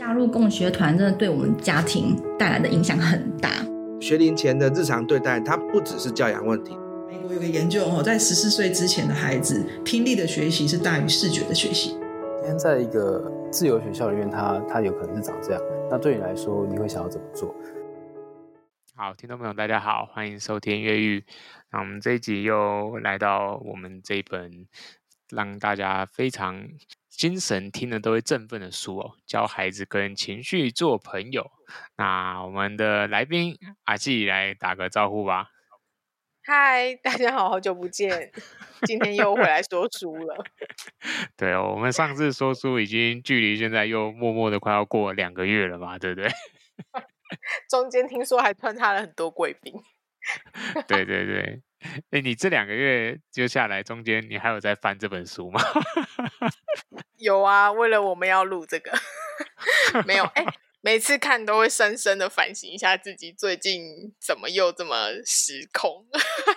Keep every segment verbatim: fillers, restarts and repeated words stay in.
加入共学团真的对我们家庭带来的影响很大。 学龄前的日常对待，它不只是教养问题。 美国有个研究，在十四岁之前的孩子，听力的学习是大于视觉的学习。 今天在一个自由学校里面，它它有可能是长这样，那对你来说，你会想要怎么做？ 好，听众朋友大家好，欢迎收听越狱。那我们这一集又来到我们这一本让大家非常精神听了都会振奋的书哦，教孩子跟情绪做朋友。那我们的来宾阿纪来打个招呼吧。 嗨，大家好，好久不见，今天又回来说书了。 对哦，我们上次说书已经距离现在又默默的快要过两个月了嘛，对不对？ 中间听说还穿插了很多贵宾。 对对对，哎，你这两个月就下来，中间你还有在翻这本书吗？ 有啊，为了我们要录这个，没有哎。每次看都会深深的反省一下自己最近怎么又这么失控。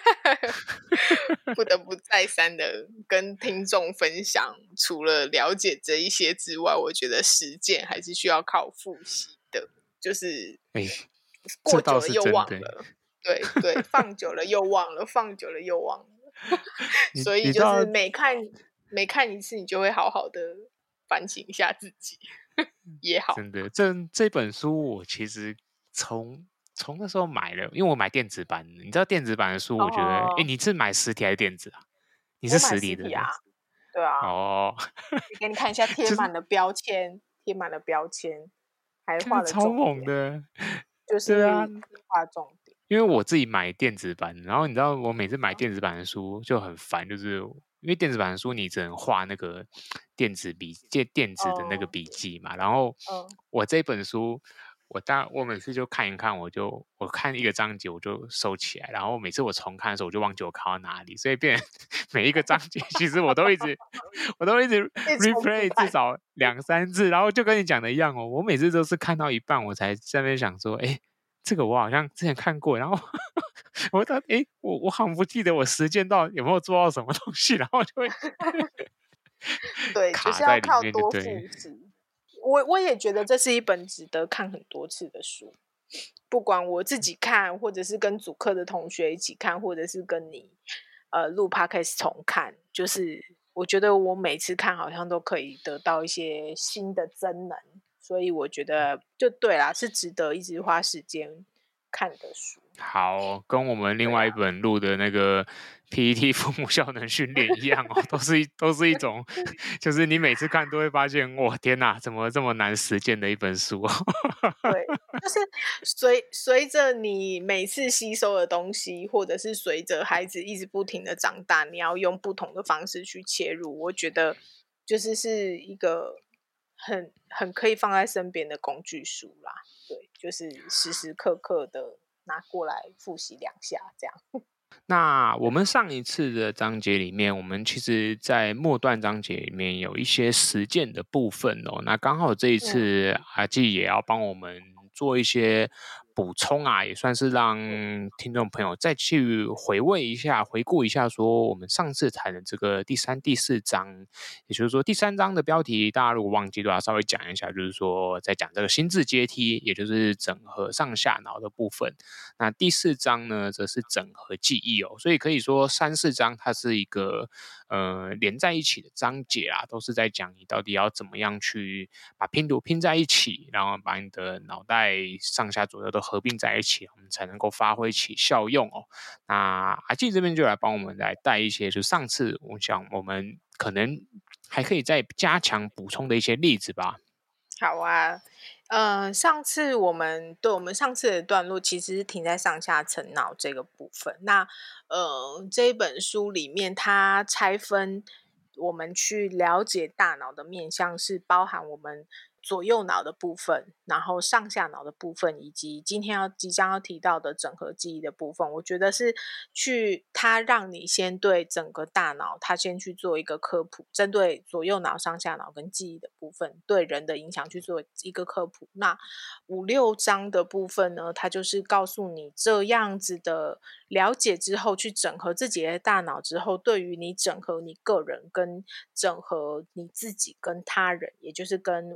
不得不再三的跟听众分享，除了了解这一些之外，我觉得实践还是需要靠复习的，就是过久了又忘了，对对，放久了又忘了，放久了又忘了。所以就是每看每看一次，你就会好好的反省一下自己。也好， 真的，这这本书我其实从从那时候买了，因为我买电子版，你知道电子版的书，我觉得，哎、哦，你是买实体还是电子啊？你是实体的， 我买实体啊？对啊。哦，给你看一下，贴满了标签，贴满了标签，还画了重点， 超猛的， 就是画重点。 因为我自己买电子版，然后你知道，我每次买电子版的书就很烦，就是。因为电子版的书你只能画那个电子笔电电子的那个笔记嘛， oh. 然后我这本书我当我每次就看一看，我就我看一个章节我就收起来，然后每次我重看的时候我就忘记我看到哪里，所以变每一个章节其实我都一直我都一直 replay 至少两三次，然后就跟你讲的一样哦，我每次都是看到一半我才在那边想说，哎，这个我好像之前看过，然后我到哎，我我好像不记得我实践到有没有做到什么东西，然后就会对，就是要靠多复习。我我也觉得这是一本值得看很多次的书，不管我自己看，或者是跟主课的同学一起看，或者是跟你呃录 podcast 重看，就是我觉得我每次看好像都可以得到一些新的增能，所以我觉得就对啦，是值得一直花时间看的书。 好，跟我们另外一本录的那个 P E T 父母效能训练一样哦，都是一都是一种，就是你每次看都会发现，哇，天哪，怎么这么难实践的一本书哦。 对，就是随随着你每次吸收的东西，或者是随着孩子一直不停的长大，你要用不同的方式去切入，我觉得就是是一个很很可以放在身边的工具书啦。对，就是时时刻刻的拿过来复习两下这样。 那我们上一次的章节里面，我们其实在末段章节里面有一些实践的部分哦。那刚好这一次阿纪也要帮我们做一些补充啊，也算是让听众朋友再去回味一下、回顾一下，说我们上次谈的这个第三、第四章，也就是说第三章的标题，大家如果忘记的话，稍微讲一下，就是说在讲这个心智阶梯，也就是整合上下脑的部分。那第四章呢，则是整合记忆哦，所以可以说三四章它是一个呃连在一起的章节啊，都是在讲你到底要怎么样去把拼图拼在一起，然后把你的脑袋上下左右都合并在一起，我们才能够发挥起效用哦。那阿纪这边就来帮我们来带一些，就上次我想我们可能还可以再加强补充的一些例子吧。 好啊，呃，上次我们对我们上次的段落其实是停在上下层脑这个部分。那呃，这一本书里面它拆分我们去了解大脑的面向，是包含我们左右脑的部分，然后上下脑的部分，以及今天要即将要提到的整合记忆的部分。我觉得是去它让你先对整个大脑它先去做一个科普，针对左右脑、上下脑跟记忆的部分对人的影响去做一个科普。那五六章的部分呢，它就是告诉你这样子的了解之后，去整合自己的大脑之后，对于你整合你个人跟整合你自己跟他人，也就是跟外部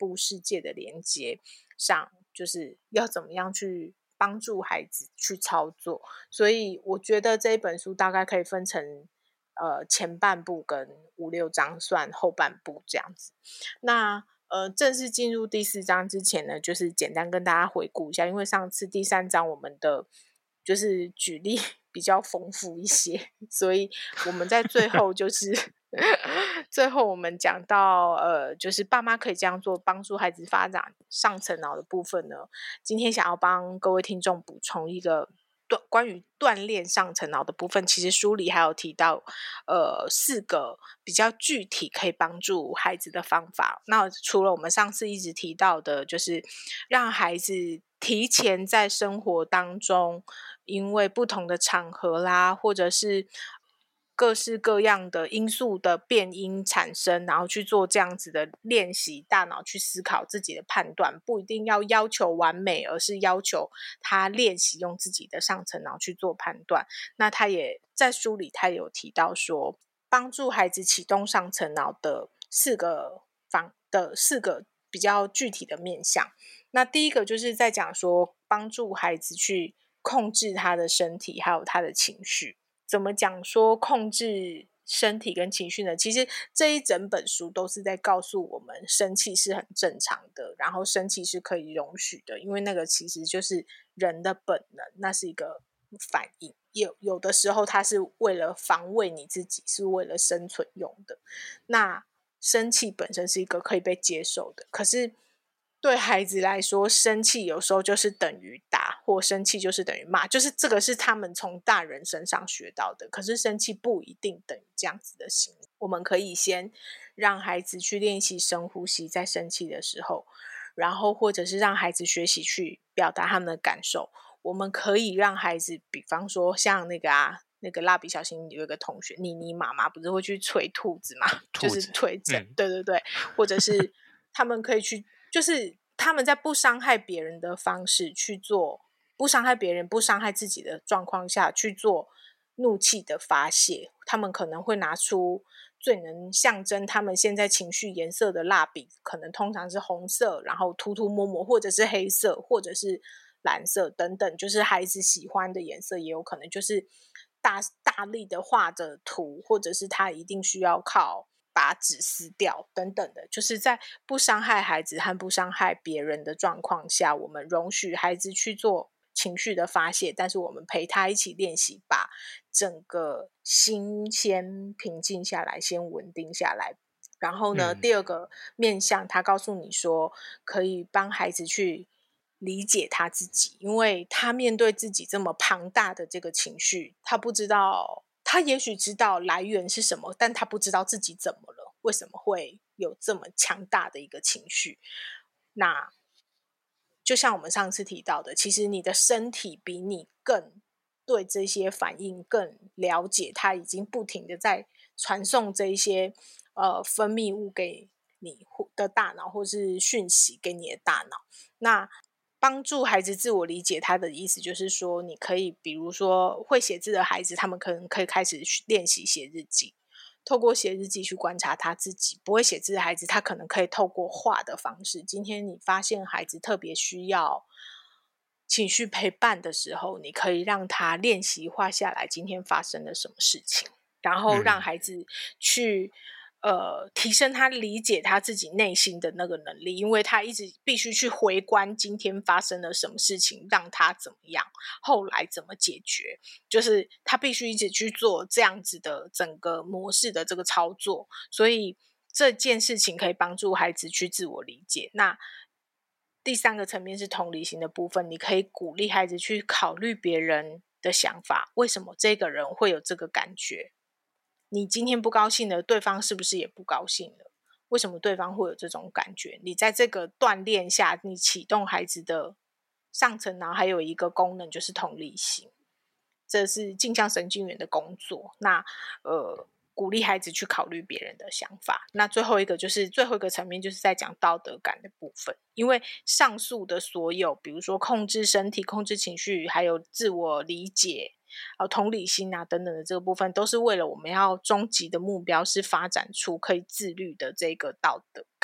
物世界的连接上，就是要怎么样去帮助孩子去操作。所以我觉得这一本书大概可以分成呃前半部跟五六章，算后半部这样子。那呃，正式进入第四章之前呢，就是简单跟大家回顾一下，因为上次第三章我们的就是举例比较丰富一些，所以我们在最后就是最后我们讲到呃，就是爸妈可以这样做，帮助孩子发展上层脑的部分呢，今天想要帮各位听众补充一个关于锻炼上层脑的部分。其实书里还有提到呃四个比较具体可以帮助孩子的方法。那除了我们上次一直提到的，就是让孩子提前在生活当中，因为不同的场合啦，或者是各式各样的因素的变因产生，然后去做这样子的练习，大脑去思考自己的判断，不一定要要求完美，而是要求他练习用自己的上层脑去做判断。那他也在书里他也有提到说，帮助孩子启动上层脑的四个方的四个比较具体的面向。那第一个就是在讲说，帮助孩子去控制他的身体还有他的情绪。怎么讲说控制身体跟情绪呢？其实这一整本书都是在告诉我们，生气是很正常的，然后生气是可以容许的，因为那个其实就是人的本能，那是一个反应。有有的时候它是为了防卫你自己，是为了生存用的。那生气本身是一个可以被接受的，可是对孩子来说，生气有时候就是等于打，或生气就是等于骂，就是这个是他们从大人身上学到的。可是生气不一定等于这样子的行为。我们可以先让孩子去练习深呼吸，在生气的时候，然后或者是让孩子学习去表达他们的感受。我们可以让孩子，比方说像那个啊那个蜡笔小新有一个同学妮妮妈妈不是会去捶兔子嘛，就是推枕、嗯、对对对，或者是他们可以去就是他们在不伤害别人的方式去做，不伤害别人不伤害自己的状况下去做怒气的发泄。他们可能会拿出最能象征他们现在情绪颜色的蜡笔，可能通常是红色，然后涂涂抹抹，或者是黑色，或者是蓝色等等，就是孩子喜欢的颜色，也有可能就是大大力的画着图，或者是他一定需要靠把纸撕掉等等的，就是在不伤害孩子和不伤害别人的状况下，我们容许孩子去做情绪的发泄，但是我们陪他一起练习，把整个心先平静下来，先稳定下来。然后呢、嗯、第二个面向他告诉你说，可以帮孩子去理解他自己，因为他面对自己这么庞大的这个情绪，他不知道，他也许知道来源是什么，但他不知道自己怎么了，为什么会有这么强大的一个情绪。那就像我们上次提到的，其实你的身体比你更对这些反应更了解，它已经不停的在传送这一些呃分泌物给你的大脑，或是讯息给你的大脑。那帮助孩子自我理解，他的意思就是说，你可以比如说会写字的孩子，他们可能可以开始练习写日记，透过写日记去观察他自己。不会写字的孩子，他可能可以透过画的方式。今天你发现孩子特别需要情绪陪伴的时候，你可以让他练习画下来今天发生了什么事情，然后让孩子去、嗯、呃提升他理解他自己内心的那个能力，因为他一直必须去回观今天发生了什么事情，让他怎么样，后来怎么解决，就是他必须一直去做这样子的整个模式的这个操作。所以这件事情可以帮助孩子去自我理解。那第三个层面是同理心的部分，你可以鼓励孩子去考虑别人的想法，为什么这个人会有这个感觉，你今天不高兴了，对方是不是也不高兴了，为什么对方会有这种感觉。你在这个锻炼下，你启动孩子的上层脑还有一个功能就是同理心，这是镜像神经元的工作。那呃鼓励孩子去考虑别人的想法。那最后一个就是最后一个层面，就是在讲道德感的部分。因为上述的所有，比如说控制身体、控制情绪，还有自我理解、呃、同理心啊等等的这个部分，都是为了我们要终极的目标是发展出可以自律的这个道德感。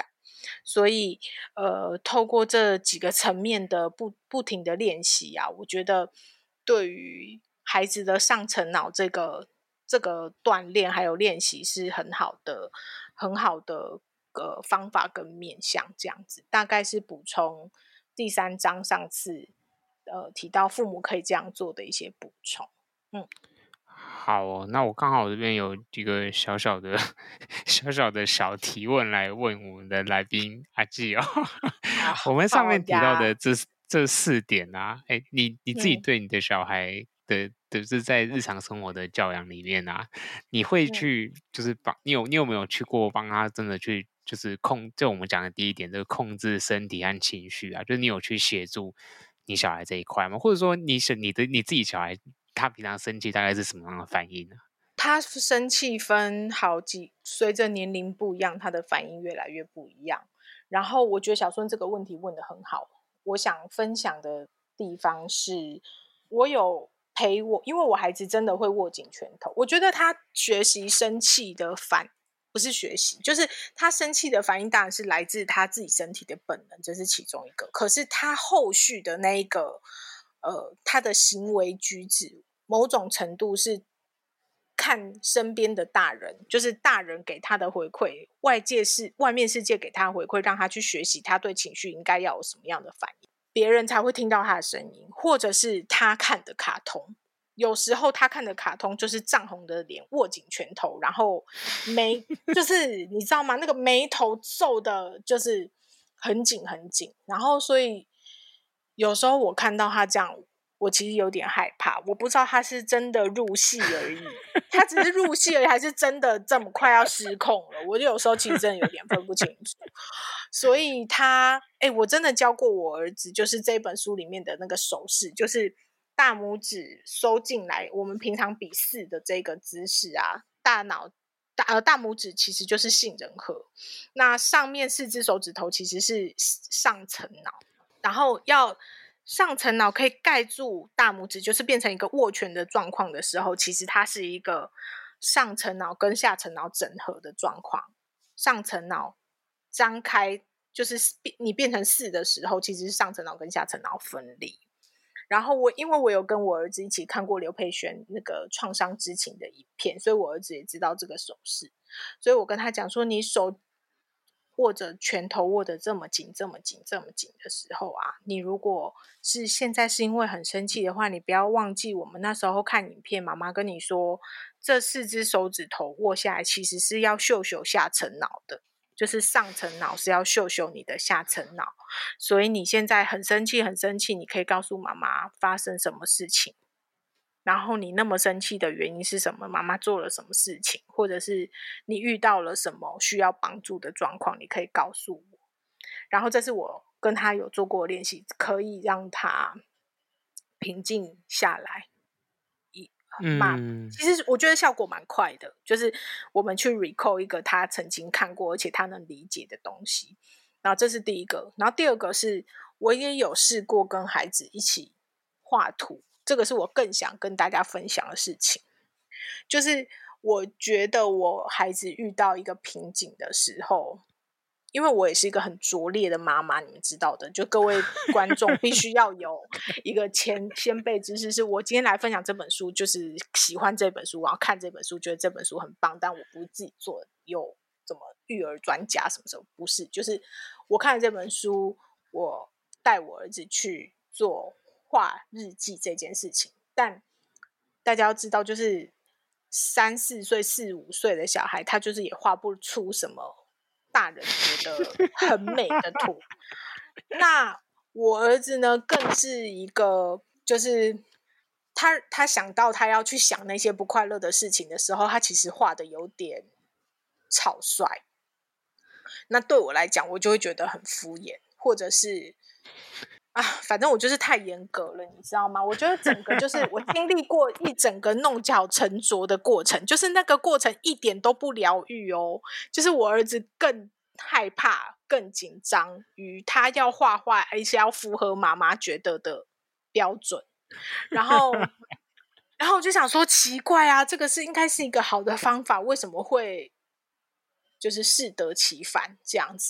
所以呃，透过这几个层面的不不停的练习啊，我觉得对于孩子的上层脑这个这个锻炼还有练习是很好的很好的呃方法跟面向，这样子大概是补充第三章上次呃提到父母可以这样做的一些补充。嗯， 好哦，那我刚好这边有一个小小的小小的小提问来问我们的来宾阿纪哦。我们上面提到的这这四点啊，哎，你你自己对你的小孩的，就是在日常生活的教养里面啊，你会去就是帮你有你有没有去过帮他真的去就是控，就我们讲的第一点，这个控制身体和情绪啊，就是你有去协助你小孩这一块吗？或者说你是你的你自己小孩他平常生气大概是什么样的反应呢？ 他生气分好几，随着年龄不一样，他的反应越来越不一样。然后我觉得小孙这个问题问得很好，我想分享的地方是，我有陪我，因为我孩子真的会握紧拳头，我觉得他学习生气的反，不是学习，就是他生气的反应当然是来自他自己身体的本能，这是其中一个。可是他后续的那一个，呃，他的行为举止，某种程度是看身边的大人，就是大人给他的回馈，外界是外面世界给他的回馈，让他去学习他对情绪应该要有什么样的反应，别人才会听到他的声音，或者是他看的卡通。有时候他看的卡通就是涨红的脸，握紧拳头，然后眉就是你知道吗？那个眉头皱的就是很紧很紧，然后所以有时候我看到他这样，我其实有点害怕，我不知道他是真的入戏而已，他只是入戏而已，还是真的这么快要失控了？我就有时候其实真的有点分不清楚。所以他，哎，我真的教过我儿子，就是这本书里面的那个手势，就是大拇指收进来，我们平常比四的这个姿势啊，大脑大呃大拇指其实就是杏仁核，那上面四只手指头其实是上层脑，然后要上层脑可以盖住大拇指，就是变成一个握拳的状况的时候，其实它是一个上层脑跟下层脑整合的状况。上层脑张开，就是你变成四的时候，其实是上层脑跟下层脑分离。然后我因为我有跟我儿子一起看过刘佩璇那个创伤知情的影片，所以我儿子也知道这个手势，所以我跟他讲说，你手握着拳头握得这么紧这么紧这么紧的时候啊，你如果是现在是因为很生气的话，你不要忘记我们那时候看影片，妈妈跟你说这四只手指头握下来其实是要秀秀下层脑的，就是上层脑是要秀秀你的下层脑，所以你现在很生气很生气，你可以告诉妈妈发生什么事情，然后你那么生气的原因是什么，妈妈做了什么事情，或者是你遇到了什么需要帮助的状况，你可以告诉我。然后这是我跟他有做过的练习，可以让他平静下来。嗯，其实我觉得效果蛮快的，就是我们去 recall 一个他曾经看过而且他能理解的东西，然后这是第一个。然后第二个是我也有试过跟孩子一起画图，这个是我更想跟大家分享的事情，就是我觉得我孩子遇到一个瓶颈的时候，因为我也是一个很拙劣的妈妈，你们知道的，就各位观众必须要有一个前先辈知识，是我今天来分享这本书，就是喜欢这本书，然后看这本书觉得这本书很棒，但我不是自己做有怎么育儿专家什么时候，不是，就是我看了这本书，我带我儿子去做画日记这件事情，但大家要知道，就是三四岁四五岁的小孩，他就是也画不出什么大人觉得很美的图。那我儿子呢，更是一个，就是他他想到他要去想那些不快乐的事情的时候，他其实画的有点草率。那对我来讲，我就会觉得很敷衍，或者是啊，反正我就是太严格了，你知道吗？我觉得整个就是我经历过一整个弄巧成拙的过程，就是那个过程一点都不疗愈哦。就是我儿子更害怕、更紧张于他要画画，而且要符合妈妈觉得的标准。然后，然后我就想说，奇怪啊，这个是应该是一个好的方法，为什么会就是适得其反这样子？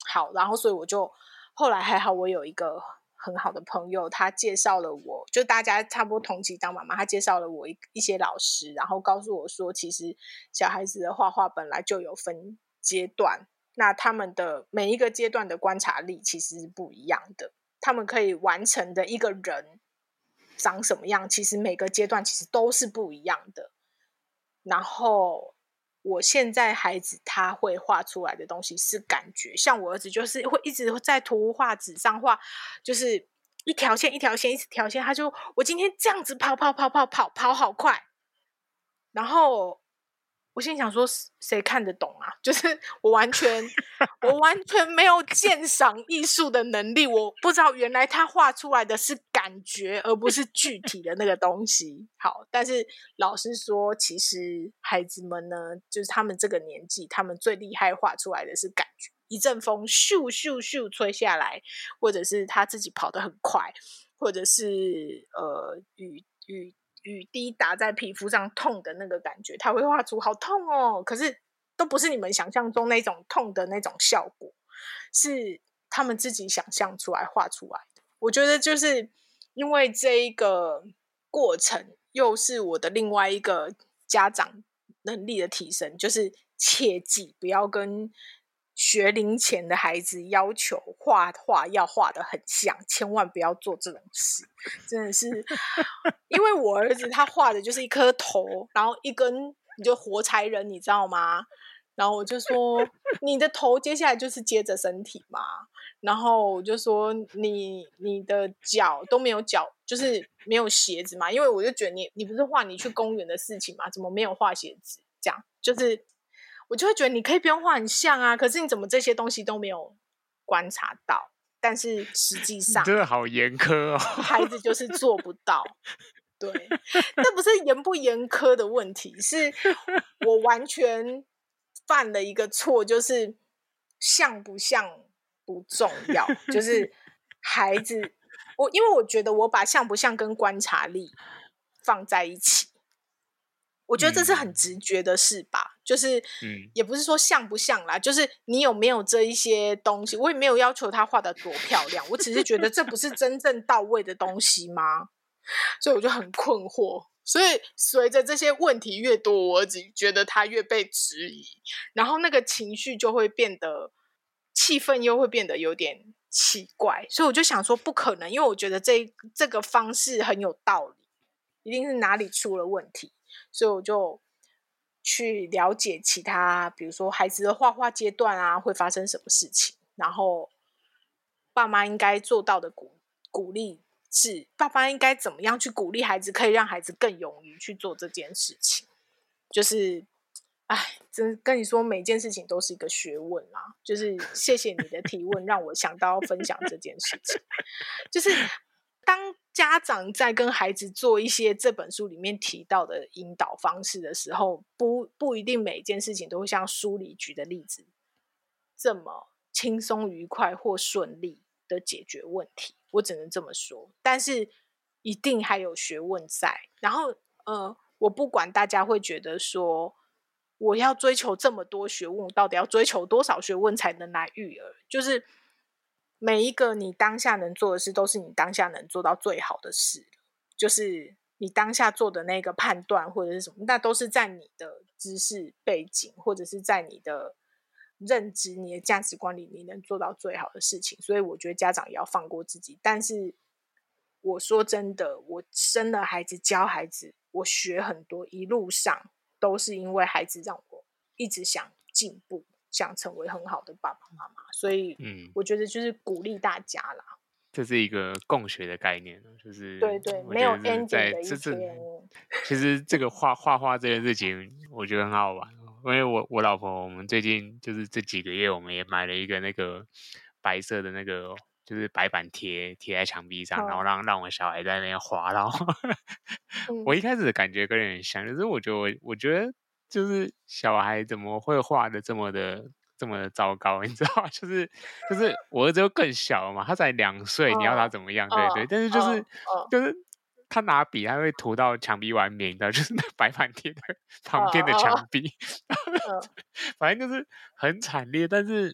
好，然后所以我就后来还好，我有一个很好的朋友，他介绍了我，就大家差不多同期当妈妈，他介绍了我 一, 一些老师，然后告诉我说，其实小孩子的画画本来就有分阶段，那他们的每一个阶段的观察力其实是不一样的，他们可以完成的一个人长什么样，其实每个阶段其实都是不一样的。然后我现在孩子他会画出来的东西是感觉，像我儿子就是会一直在图画纸上画，就是一条线一条线一条线，他就我今天这样子跑跑跑跑跑跑好快，然后我心里想说谁看得懂啊，就是我完全我完全没有鉴赏艺术的能力，我不知道原来他画出来的是感觉而不是具体的那个东西。好，但是老师说其实孩子们呢，就是他们这个年纪他们最厉害画出来的是感觉，一阵风咻咻咻吹下来，或者是他自己跑得很快，或者是呃雨雨雨滴打在皮肤上痛的那个感觉，他会画出好痛哦，可是都不是你们想象中那种痛的那种效果，是他们自己想象出来画出来的。我觉得就是因为这一个过程又是我的另外一个家长能力的提升，就是切记不要跟学龄前的孩子要求画画要画得很像，千万不要做这种事，真的是因为我儿子他画的就是一颗头，然后一根你就活柴人你知道吗，然后我就说你的头接下来就是接着身体嘛，然后我就说你你的脚都没有脚，就是没有鞋子嘛，因为我就觉得你你不是画你去公园的事情嘛，怎么没有画鞋子，这样就是我就会觉得你可以不用画很像啊，可是你怎么这些东西都没有观察到，但是实际上真的好严苛哦， 孩子就是做不到。对，那不是严不严苛的问题，是我完全犯了一个错，就是像不像不重要，就是孩子我因为我觉得我把像不像跟观察力放在一起，我觉得这是很直觉的事吧，嗯、就是也不是说像不像啦，就是你有没有这一些东西，我也没有要求他画得多漂亮，我只是觉得这不是真正到位的东西吗？所以我就很困惑，所以随着这些问题越多，我儿子觉得他越被质疑，然后那个情绪就会变得气氛又会变得有点奇怪，所以我就想说不可能，因为我觉得这这个方式很有道理，一定是哪里出了问题，所以我就去了解其他比如说孩子的画画阶段啊会发生什么事情，然后爸妈应该做到的鼓鼓励是爸爸应该怎么样去鼓励孩子，可以让孩子更勇于去做这件事情，就是哎，真跟你说每件事情都是一个学问啦，就是谢谢你的提问让我想到分享这件事情就是当家长在跟孩子做一些这本书里面提到的引导方式的时候，不不一定每一件事情都会像书里举的例子这么轻松愉快或顺利的解决问题，我只能这么说，但是一定还有学问在，然后呃，我不管大家会觉得说我要追求这么多学问，到底要追求多少学问才能来育儿，就是每一个你当下能做的事都是你当下能做到最好的事，就是你当下做的那个判断或者是什么，那都是在你的知识背景或者是在你的认知你的价值观里你能做到最好的事情，所以我觉得家长也要放过自己，但是我说真的，我生了孩子教孩子，我学很多，一路上都是因为孩子让我一直想进步，想成为很好的爸爸妈妈，所以我觉得就是鼓励大家啦，嗯、 这是一个共学的概念，就是对对，没有 ending 的一天。 其实这个画画画这件事情我觉得很好玩，因为我我老婆我们最近就是这几个月我们也买了一个那个白色的那个就是白板贴贴在墙壁上，哦、然后让让我小孩在那边画，然后我一开始的感觉跟人很像，就是我觉得我我觉得就是小孩怎么会画的这么的这么的糟糕，你知道吗？就是就是我儿子又更小嘛，他才两岁，哦、你要他怎么样？哦、对对，但是就是、哦、就是他拿笔他会涂到墙壁外面，你知道，就是那白板贴的旁边的墙壁，哦、反正就是很惨烈，但是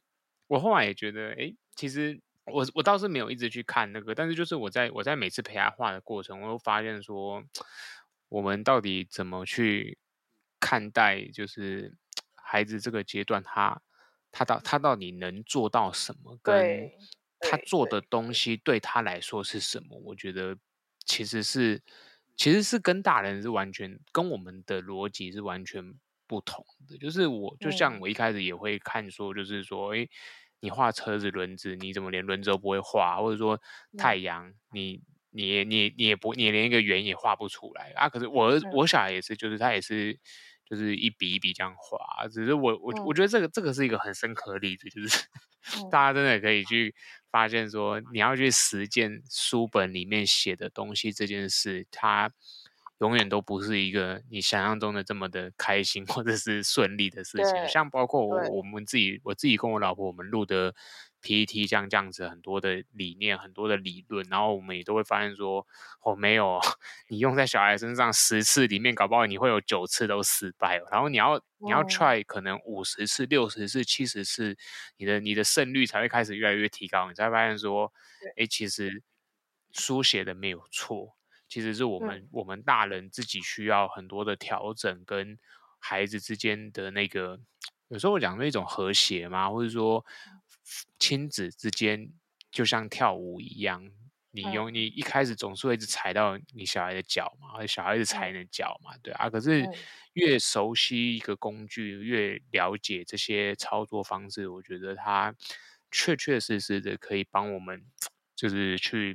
我后来也觉得，哎，其实我我倒是没有一直去看那个，但是就是我在我在每次陪他画的过程，我又发现说，我们到底怎么去看待，就是孩子这个阶段他，他到他到底能做到什么，跟他做的东西对他来说是什么？我觉得其实是其实是跟大人是完全跟我们的逻辑是完全不同的。就是我就像我一开始也会看说，就是说，哎、嗯，你画车子轮子，你怎么连轮子都不会画？或者说太阳，你你也你也你也不你连一个圆也画不出来啊？可是我我小孩也是，就是他也是。就是一笔一笔这样画，只是我我我觉得这个这个是一个很深刻的例子，就是大家真的可以去发现说，你要去实践书本里面写的东西这件事，它永远都不是一个你想象中的这么的开心或者是顺利的事情。像包括我我们自己我自己跟我老婆我们录的 P P T 像这样子很多的理念很多的理论，然后我们也都会发现说，哦没有，你用在小孩身上十次里面搞不好你会有九次都失败了，然后你要你要 try 可能五十次六十次七十次，你的你的胜率才会开始越来越提高，你才会发现说，哎，其实书写的没有错，其实是我们、嗯、我们大人自己需要很多的调整，跟孩子之间的那个，有时候我讲的一种和谐嘛，或者说亲子之间就像跳舞一样，你用你一开始总是会一直踩到你小孩的脚嘛，而小孩子踩你的脚嘛，对啊。可是越熟悉一个工具，越了解这些操作方式，我觉得它确确实实的可以帮我们，就是去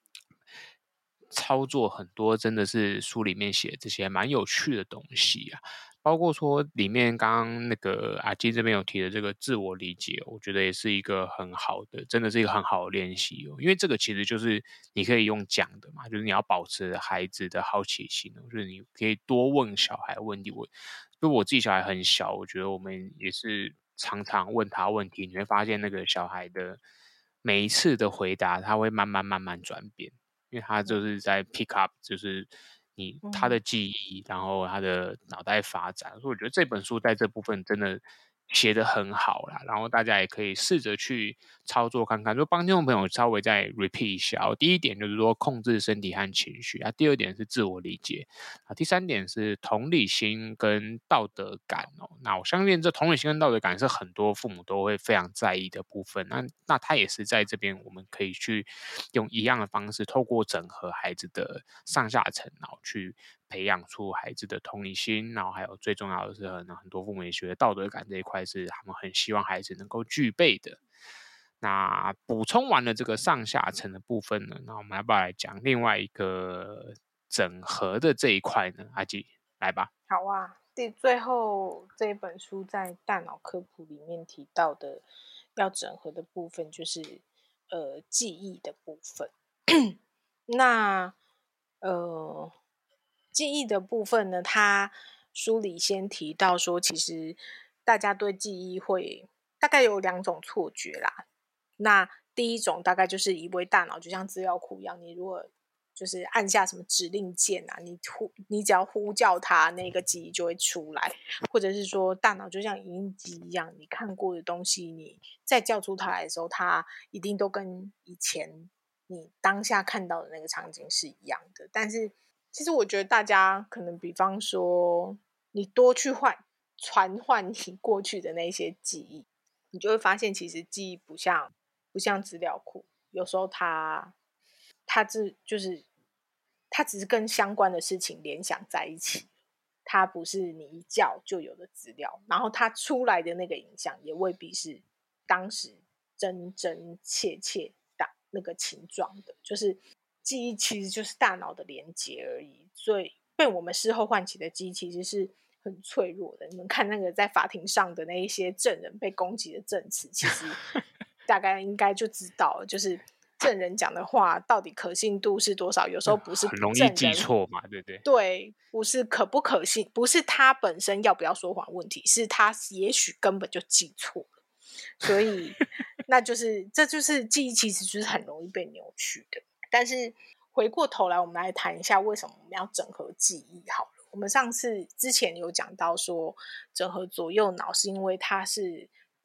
操作很多真的是书里面写这些蛮有趣的东西啊。包括说里面刚刚那个阿基这边有提的这个自我理解，我觉得也是一个很好的，真的是一个很好的练习哦。因为这个其实就是你可以用讲的嘛，就是你要保持孩子的好奇心，就是你可以多问小孩问题。我就我自己小孩很小，我觉得我们也是常常问他问题，你会发现那个小孩的每一次的回答，他会慢慢慢慢转变，因为他就是在 pick up， 就是。你他的记忆，然后他的脑袋发展，所以我觉得这本书在这部分真的写得很好啦。然后大家也可以试着去操作看看，就帮听众朋友稍微再 repeat 一下。第一点就是说控制身体和情绪啊，第二点是自我理解啊，第三点是同理心跟道德感哦。那我相信这同理心跟道德感是很多父母都会非常在意的部分。那那他也是在这边我们可以去用一样的方式，透过整合孩子的上下层脑。去培养出孩子的同理心，然后还有最重要的是很很多父母也觉得道德感这一块是他们很希望孩子能够具备的。那补充完了这个上下层的部分呢，那我们要不要来讲另外一个整合的这一块呢？阿基来吧。 好啊，第最后这本书在大脑科普里面提到的要整合的部分就是呃记忆的部分。那呃，记忆的部分呢，他书里先提到说，其实大家对记忆会大概有两种错觉啦。那第一种大概就是以为大脑就像资料库一样，你如果就是按下什么指令键啊，你呼你只要呼叫它，那个记忆就会出来，或者是说大脑就像影印机一样，你看过的东西，你再叫出它来的时候，它一定都跟以前你当下看到的那个场景是一样的。但是其实我觉得大家可能比方说你多去换传唤你过去的那些记忆，你就会发现其实记忆不像不像资料库，有时候它它只就是它只是跟相关的事情联想在一起，它不是你一叫就有的资料，然后它出来的那个影响也未必是当时真真切切那个情状的，就是记忆其实就是大脑的连结而已，所以被我们事后唤起的记忆其实是很脆弱的。你们看那个在法庭上的那一些证人被攻击的证词，其实大概应该就知道了，就是证人讲的话到底可信度是多少，有时候不是很容易记错嘛，对不对？ 对，不是可不可信，不是他本身要不要说谎问题，是他也许根本就记错了，所以那就是这就是记忆其实就是很容易被扭曲的。但是回过头来我们来谈一下为什么我们要整合记忆好了。我们上次之前有讲到说整合左右脑是因为它是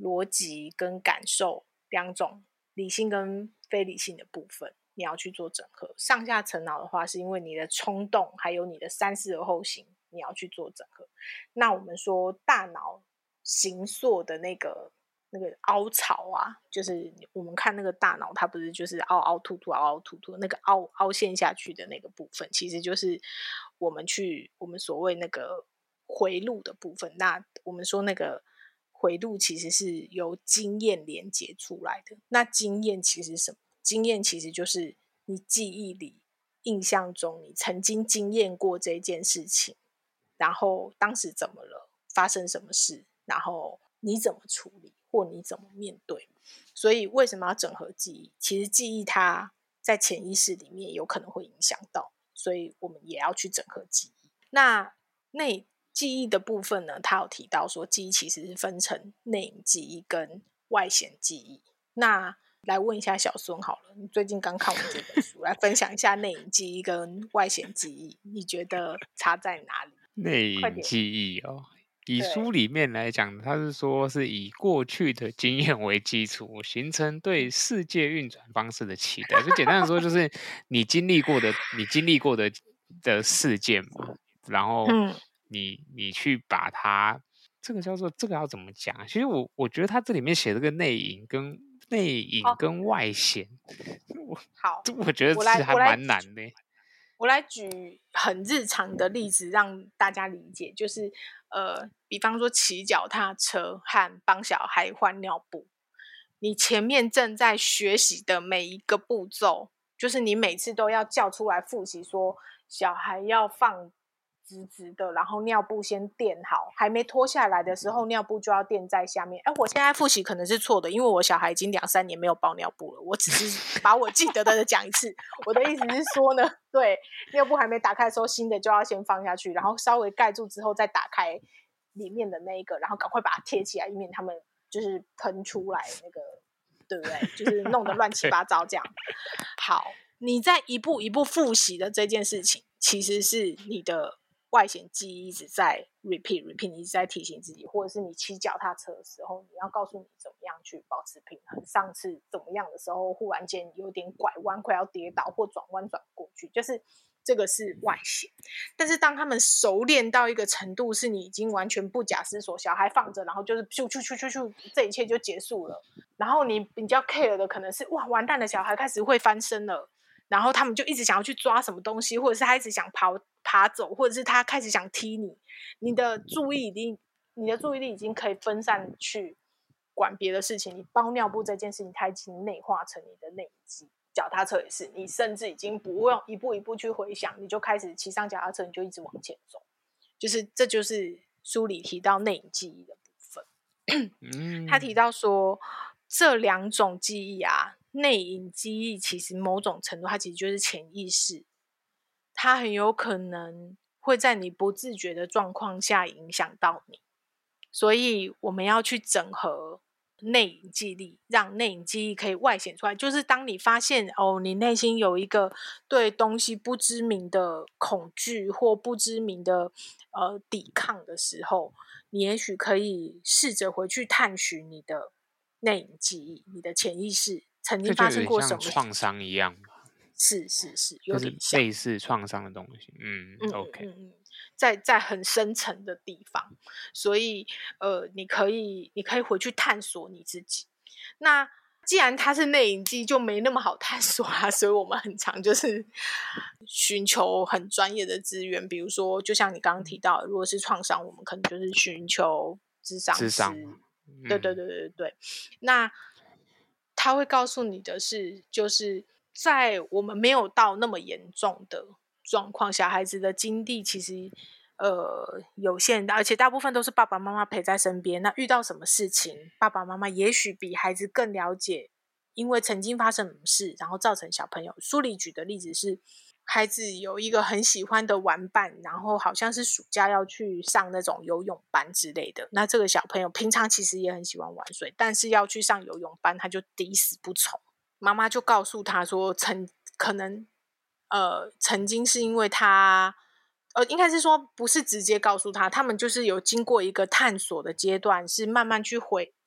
逻辑跟感受两种理性跟非理性的部分，你要去做整合。上下层脑的话，是因为你的冲动还有你的三思而后行，你要去做整合。那我们说大脑形塑的那个那个凹槽啊，就是我们看那个大脑，它不是就是凹凹凸凸凹凹凸凸，那个凹凹陷下去的那个部分，其实就是我们去我们所谓那个回路的部分。那我们说那个回路其实是由经验连接出来的。那经验其实什么？经验其实就是你记忆里、印象中你曾经经验过这件事情，然后当时怎么了，发生什么事，然后你怎么处理或你怎么面对。所以为什么要整合记忆？其实记忆它在潜意识里面有可能会影响到，所以我们也要去整合记忆。那内记忆的部分呢，他有提到说记忆其实是分成内隐记忆跟外显记忆。那来问一下小孙好了，你最近刚看完这本书，来分享一下内隐记忆跟外显记忆，你觉得差在哪里？ 内隐记忆哦，以书里面来讲，它是说是以过去的经验为基础，形成对世界运转方式的期待。就简单的说，就是你经历过的，你经历过的的事件嘛，然后你你去把它，这个叫做这个要怎么讲？其实我我觉得它这里面写这个内隐跟内隐跟外显，哦、 好， 我觉得其实还蛮难的。 我来举很日常的例子让大家理解，就是呃，比方说骑脚踏车和帮小孩换尿布，你前面正在学习的每一个步骤，就是你每次都要叫出来复习说小孩要放直直的，然后尿布先垫好，还没脱下来的时候尿布就要垫在下面。哎，我现在复习可能是错的，因为我小孩已经两三年没有包尿布了，我只是把我记得的讲一次。我的意思是说呢，对，尿布还没打开的时候，新的就要先放下去，然后稍微盖住之后再打开里面的那一个，然后赶快把它贴起来，以免他们就是喷出来那个，对不对？就是弄得乱七八糟这样。好，你在一步一步复习的这件事情，其实是你的外显记忆一直在 repeat repeat， 你一直在提醒自己，或者是你骑脚踏车的时候，你要告诉你怎么样去保持平衡。上次怎么样的时候，忽然间有点拐弯，快要跌倒或转弯转过去，就是这个是外显。但是当他们熟练到一个程度，是你已经完全不假思索，小孩放着，然后就是咻咻咻咻咻，这一切就结束了。然后你比较 care 的可能是哇，完蛋了，小孩开始会翻身了。然后他们就一直想要去抓什么东西，或者是他一直想爬爬走，或者是他开始想踢你，你的注意力你的注意力已经可以分散去管别的事情。你包尿布这件事情，它已经内化成你的内隐记忆。脚踏车也是，你甚至已经不用一步一步去回想，你就开始骑上脚踏车，你就一直往前走。就是这就是书里提到内隐记忆的部分。他提到说，这两种记忆啊。内隐记忆其实某种程度它其实就是潜意识，它很有可能会在你不自觉的状况下影响到你，所以我们要去整合内隐记忆，让内隐记忆可以外显出来。就是当你发现哦，你内心有一个对东西不知名的恐惧或不知名的呃抵抗的时候，你也许可以试着回去探寻你的内隐记忆，你的潜意识曾经发生过什么创伤一样吧？ 是是是，有点像类似创伤的东西。嗯, 嗯 ，OK， 嗯嗯，在在很深层的地方，所以呃，你可以你可以回去探索你自己。那既然它是内隐记忆，就没那么好探索啊，所以我们很常就是寻求很专业的资源，比如说，就像你刚刚提到的，如果是创伤，我们可能就是寻求諮商师。諮商，嗯、对对对对对。那他会告诉你的是，就是在我们没有到那么严重的状况，小孩子的经历其实呃有限的，而且大部分都是爸爸妈妈陪在身边。那遇到什么事情，爸爸妈妈也许比孩子更了解，因为曾经发生什么事，然后造成小朋友。书里举的例子是，孩子有一个很喜欢的玩伴，然后好像是暑假要去上那种游泳班之类的。那这个小朋友平常其实也很喜欢玩水，但是要去上游泳班，他就抵死不从。妈妈就告诉他说，曾可能呃曾经是因为他呃应该是说不是直接告诉他，他们就是有经过一个探索的阶段，是慢慢去回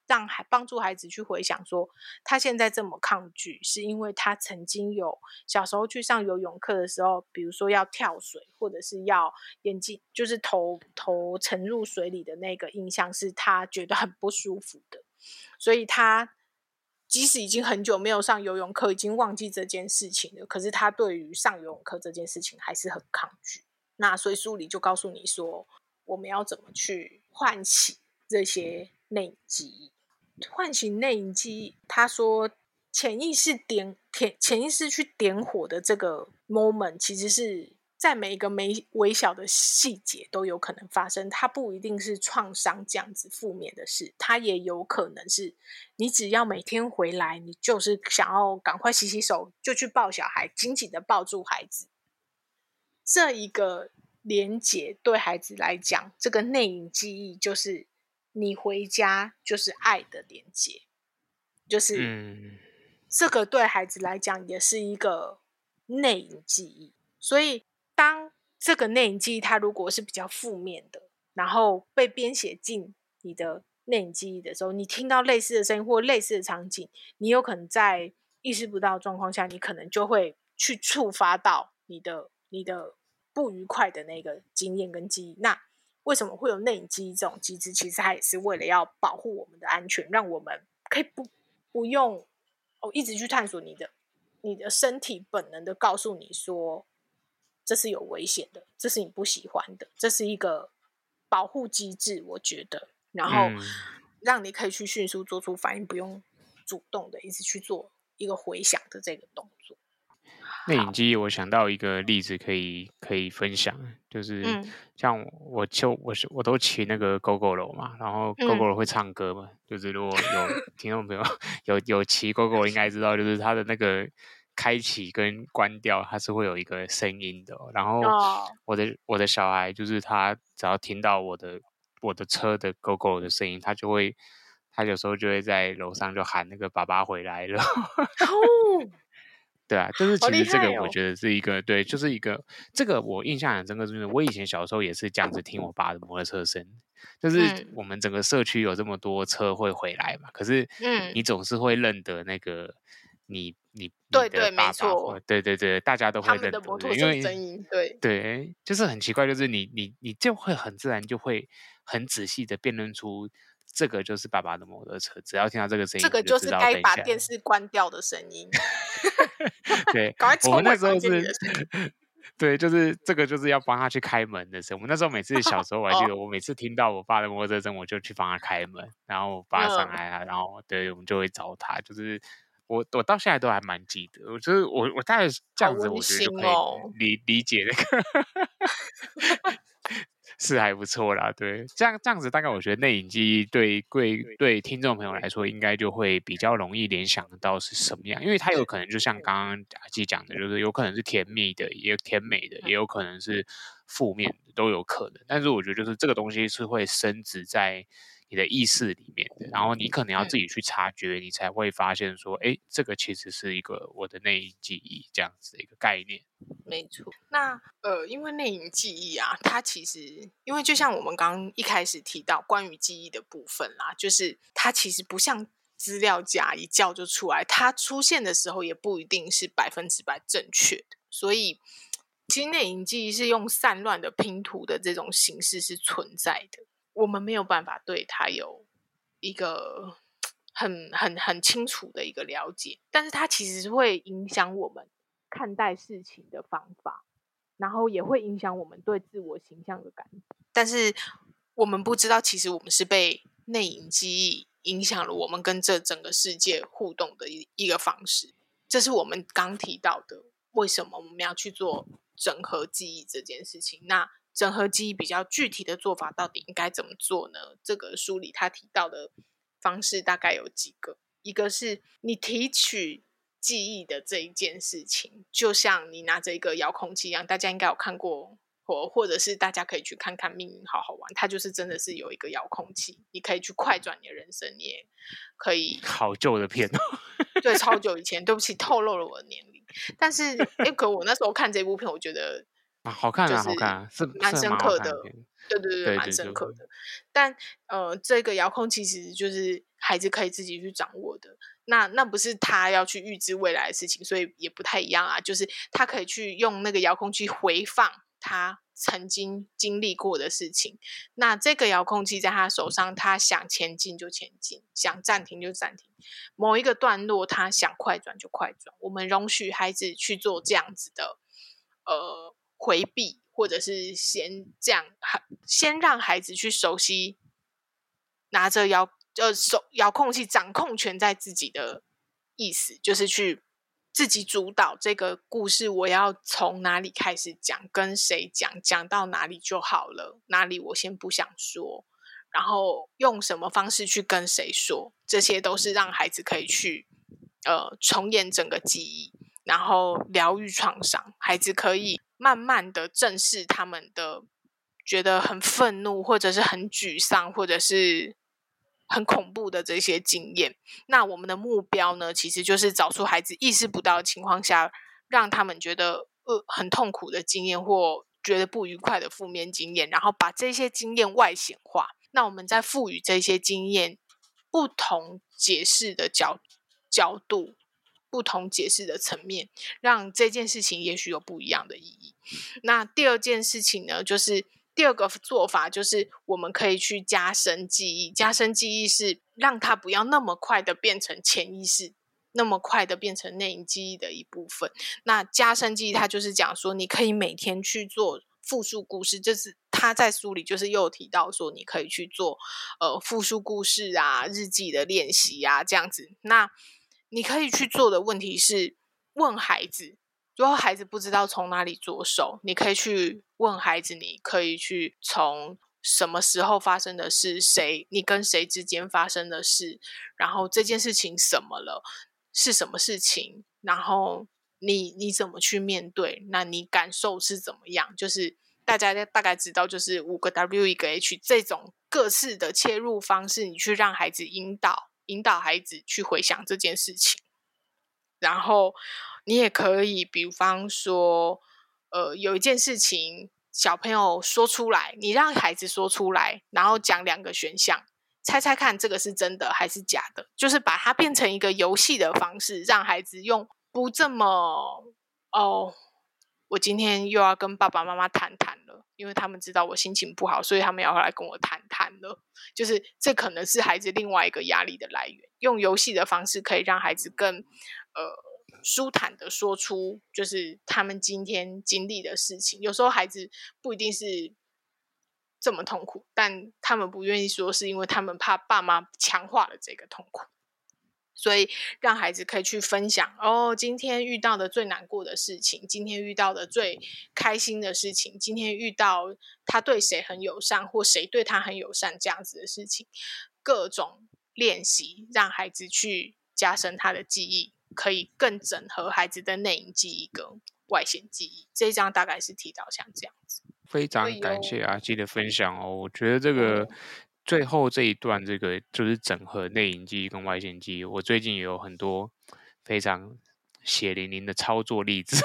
让孩帮助孩子去回想说，他现在这么抗拒，是因为他曾经有小时候去上游泳课的时候，比如说要跳水，或者是要眼睛就是头头沉入水里的那个印象，是他觉得很不舒服的，所以他即使已经很久没有上游泳课，已经忘记这件事情了，可是他对于上游泳课这件事情还是很抗拒。那所以书里就告诉你说，我们要怎么去唤起这些内隐记忆。唤醒内隐记忆，他说潜意识点潜潜意识去点火的这个 moment， 其实是在每一个微微小的细节都有可能发生，它不一定是创伤这样子负面的事，它也有可能是你只要每天回来，你就是想要赶快洗洗手，就去抱小孩，紧紧的抱住孩子。这一个连结对孩子来讲，这个内隐记忆就是你回家就是爱的连结，就是、嗯、这个对孩子来讲也是一个内隐记忆。所以当这个内隐记忆它如果是比较负面的，然后被编写进你的内隐记忆的时候，你听到类似的声音或类似的场景，你有可能在意识不到的状况下，你可能就会去触发到你的你的不愉快的那个经验跟记忆。那为什么会有内隐记忆这种机制？其实它也是为了要保护我们的安全，让我们可以不不用、哦、一直去探索你的你的身体本能的告诉你说这是有危险的，这是你不喜欢的，这是一个保护机制，我觉得，然后让你可以去迅速做出反应，不用主动的一直去做一个回想的这个动作。 内隐记忆，我想到一个例子可以可以分享，就是像我就我是我都骑那个 Gogoro 嘛，然后 Gogoro 会唱歌嘛，嗯、就是如果有听众朋友有有骑 Gogoro 应该知道，就是它的那个开启跟关掉，它是会有一个声音的、哦。然后我的、哦、我的小孩就是他只要听到我的我的车的 Gogoro 的声音，他就会他有时候就会在楼上就喊那个爸爸回来了。哦对啊，就是其实这个我觉得是一个、哦、对，就是一个这个我印象很深刻，就是我以前小时候也是这样子听我爸的摩托车声，就是我们整个社区有这么多车会回来嘛，可是你总是会认得那个你你对对没错， 对对对，大家都会认得， 他们的摩托车声音，对对，就是很奇怪，就是你你你就会很自然就会很仔细的辨认出。这个就是爸爸的摩托车，只要听到这个声音， 这个就是该把电视关掉的声音。 对， 赶快我们那时候是，对，就是这个就是要帮他去开门的声。我们那时候每次小时候，我还记得，我每次听到我爸的摩托车声，我就去帮他开门，然后我爸上来啊，嗯、然后对，我们就会找他。就是我我到现在都还蛮记得，我就是我我大概这样子，我觉得就可以理、哦、理解那个。是还不错啦，对，这样这样子，大概我觉得内隐记忆对对对听众朋友来说，应该就会比较容易联想到是什么样，因为它有可能就像刚刚阿纪讲的，就是有可能是甜蜜的，也有甜美的，也有可能是负面的，都有可能。但是我觉得就是这个东西是会深植在你的意识里面的，然后你可能要自己去察觉，你才会发现说，哎，这个其实是一个我的内隐记忆这样子的一个概念。 没错，那呃，因为内隐记忆啊，它其实因为就像我们刚刚一开始提到关于记忆的部分啦，就是它其实不像资料夹一叫就出来，它出现的时候也不一定是百分之百正确的，所以其实内隐记忆是用散乱的拼图的这种形式是存在的，我们没有办法对它有一个很很很清楚的一个了解，但是它其实会影响我们看待事情的方法，然后也会影响我们对自我形象的感觉。但是我们不知道，其实我们是被内隐记忆影响了我们跟这整个世界互动的一个方式。这是我们刚提到的，为什么我们要去做整合记忆这件事情。那整合记忆比较具体的做法到底应该怎么做呢？这个书里他提到的方式大概有几个，一个是你提取记忆的这一件事情，就像你拿着一个遥控器一样，大家应该有看过，或或者是大家可以去看看命运好好玩，它就是真的是有一个遥控器，你可以去快转你的人生，你也可以。 好旧的片哦。 对，超久以前，对不起，透露了我的年龄。但是，哎，可我那时候看这部片，我觉得、 啊、好看啊，好看啊，是蛮深刻的。对对对，蛮深刻的。但呃，这个遥控器其实就是孩子可以自己去掌握的。那那不是他要去预知未来的事情，所以也不太一样啊。就是他可以去用那个遥控器回放他曾经经历过的事情。那这个遥控器在他手上，他想前进就前进，想暂停就暂停。某一个段落，他想快转就快转。我们容许孩子去做这样子的呃回避，或者是先这样，先让孩子去熟悉拿着遥呃手遥控器掌控权在自己的意思，就是去自己主导这个故事，我要从哪里开始讲，跟谁讲，讲到哪里就好了，哪里我先不想说，然后用什么方式去跟谁说，这些都是让孩子可以去呃重演整个记忆，然后疗愈创伤。孩子可以慢慢的正视他们的觉得很愤怒，或者是很沮丧，或者是很恐怖的这些经验。那我们的目标呢，其实就是找出孩子意识不到的情况下，让他们觉得呃很痛苦的经验，或觉得不愉快的负面经验，然后把这些经验外显化。那我们再赋予这些经验不同解释的角角度，不同解释的层面，让这件事情也许有不一样的意义。那第二件事情呢，就是第二个做法，就是我们可以去加深记忆。加深记忆是让它不要那么快的变成潜意识，那么快的变成内隐记忆的一部分。那加深记忆它就是讲说，你可以每天去做复述故事，就是他在书里就是又提到说，你可以去做呃复述故事啊、日记的练习啊这样子。那你可以去做的问题是问孩子，如果孩子不知道从哪里着手，你可以去问孩子，你可以去从什么时候发生的事，谁你跟谁之间发生的事，然后这件事情什么了，是什么事情，然后你你怎么去面对，那你感受是怎么样，就是大家大概知道，就是五个 W 一个 H 这种各式的切入方式，你去让孩子引导引导孩子去回想这件事情。然后你也可以比方说呃，有一件事情小朋友说出来，你让孩子说出来，然后讲两个选项，猜猜看这个是真的还是假的，就是把它变成一个游戏的方式，让孩子用不这么哦，我今天又要跟爸爸妈妈谈谈了，因为他们知道我心情不好，所以他们要来跟我谈谈了。就是这可能是孩子另外一个压力的来源，用游戏的方式可以让孩子更呃舒坦的说出就是他们今天经历的事情。有时候孩子不一定是这么痛苦，但他们不愿意说，是因为他们怕爸妈强化了这个痛苦。所以让孩子可以去分享哦，今天遇到的最难过的事情，今天遇到的最开心的事情，今天遇到他对谁很友善，或谁对他很友善，这样子的事情，各种练习让孩子去加深他的记忆，可以更整合孩子的内隐记忆跟外显记忆。这一章大概是提到像这样子。 非常感谢阿基的分享哦，我觉得这个最后这一段，这个就是整合内隐记忆跟外显记忆，我最近也有很多非常血淋淋的操作例子。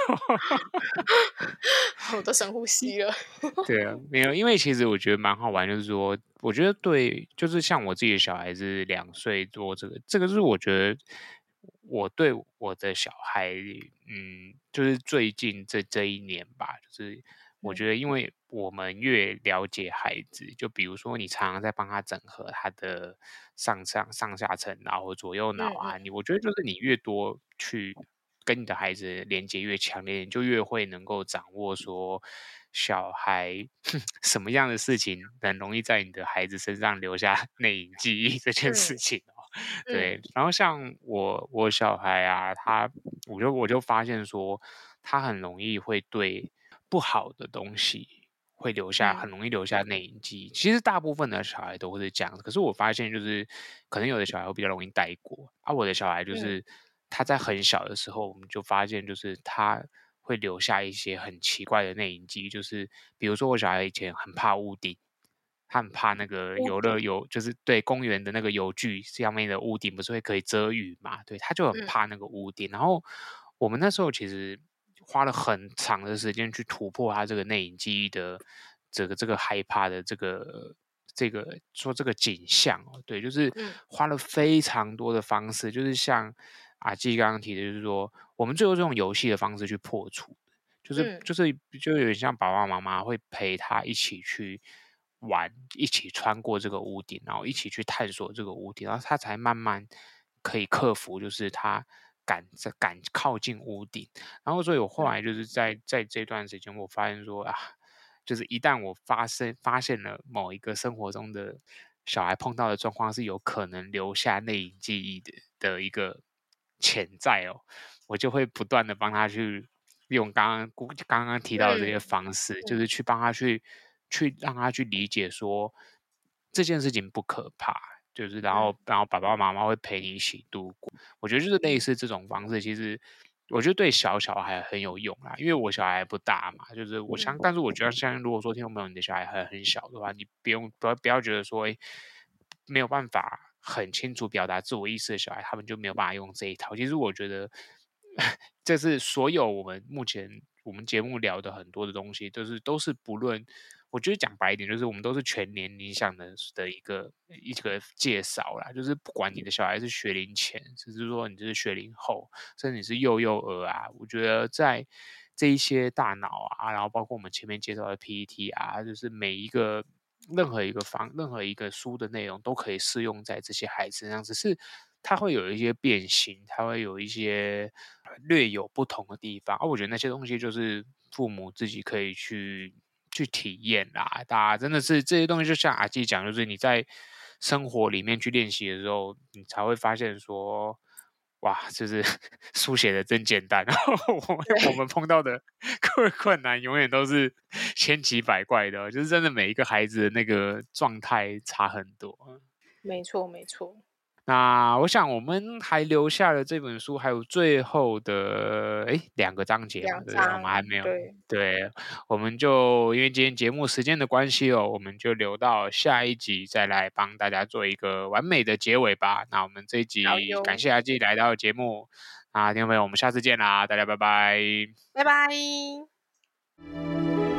我都深呼吸了。 对啊，没有，因为其实我觉得蛮好玩，就是说，我觉得对，就是像我自己的小孩子两岁多，这个这个是我觉得我对我的小孩，嗯，就是最近这这一年吧，就是我觉得，因为我们越了解孩子，就比如说你常常在帮他整合他的上上上下层脑或左右脑啊， 嗯嗯你我觉得就是你越多去跟你的孩子连接越强烈，你就越会能够掌握说小孩什么样的事情很容易在你的孩子身上留下内隐记忆这件事情哦。 嗯对，然后像我我小孩啊，他我就我就发现说，他很容易会对不好的东西会留下， 嗯很容易留下内隐记忆。其实大部分的小孩都会是这样，可是我发现就是可能有的小孩会比较容易带过，啊，我的小孩就是他在很小的时候，我们就发现就是他会留下一些很奇怪的内隐记忆，就是比如说我小孩以前很怕屋顶。他很怕那个游乐游，就是对公园的那个游具上面的屋顶不是会可以遮雨嘛？对，他就很怕那个屋顶。然后我们那时候其实花了很长的时间去突破他这个内隐记忆的这个这个害怕的这个这个说这个景象哦，对，就是花了非常多的方式，就是像阿纪刚刚提的，就是说我们最后这种游戏的方式去破除，就是就是就有点像爸爸妈妈会陪他一起去玩，一起穿过这个屋顶，然后一起去探索这个屋顶，然后他才慢慢可以克服，就是他敢敢靠近屋顶。然后所以我后来就是在在这段时间，我发现说啊，就是一旦我发生发现了某一个生活中的小孩碰到的状况是有可能留下内隐记忆的的一个潜在哦，我就会不断的帮他去用刚刚刚刚提到的这些方式，嗯、就是去帮他去去让他去理解说这件事情不可怕，就是然后、嗯、然后爸爸妈妈会陪你一起度过。我觉得就是类似这种方式，其实我觉得对小小孩很有用啦，因为我小孩不大嘛，就是我相，嗯、但是我觉得像如果说听众朋友你的小孩还很小的话，你不用不要不要觉得说，哎，没有办法很清楚表达自我意识的小孩，他们就没有办法用这一套。其实我觉得，这是所有我们目前我们节目聊的很多的东西，都是都是不论。我觉得讲白一点，就是我们都是全年龄向的的一个一个介绍啦，就是不管你的小孩是学龄前，甚至说你是学龄后，甚至你是幼幼儿啊，我觉得在这一些大脑啊，然后包括我们前面介绍的 P E T 啊，就是每一个任何一个方任何一个书的内容都可以适用在这些孩子身上，只是它会有一些变形，它会有一些略有不同的地方，而、啊、我觉得那些东西就是父母自己可以去。去体验啦，大家真的是这些东西，就像阿纪讲，就是你在生活里面去练习的时候，你才会发现说，哇，就是书写的真简单，然后我们我们碰到的困难永远都是千奇百怪的，就是真的每一个孩子的那个状态差很多。 没错，没错。 那我想我们还留下了这本书，还有最后的哎两个章节嘛，对不对？我们还没有。 对， 对，我们就因为今天节目时间的关系哦，我们就留到下一集再来帮大家做一个完美的结尾吧。那我们这一集感谢阿纪来到节目，那听众朋友，我们下次见啦，大家拜拜， 拜拜。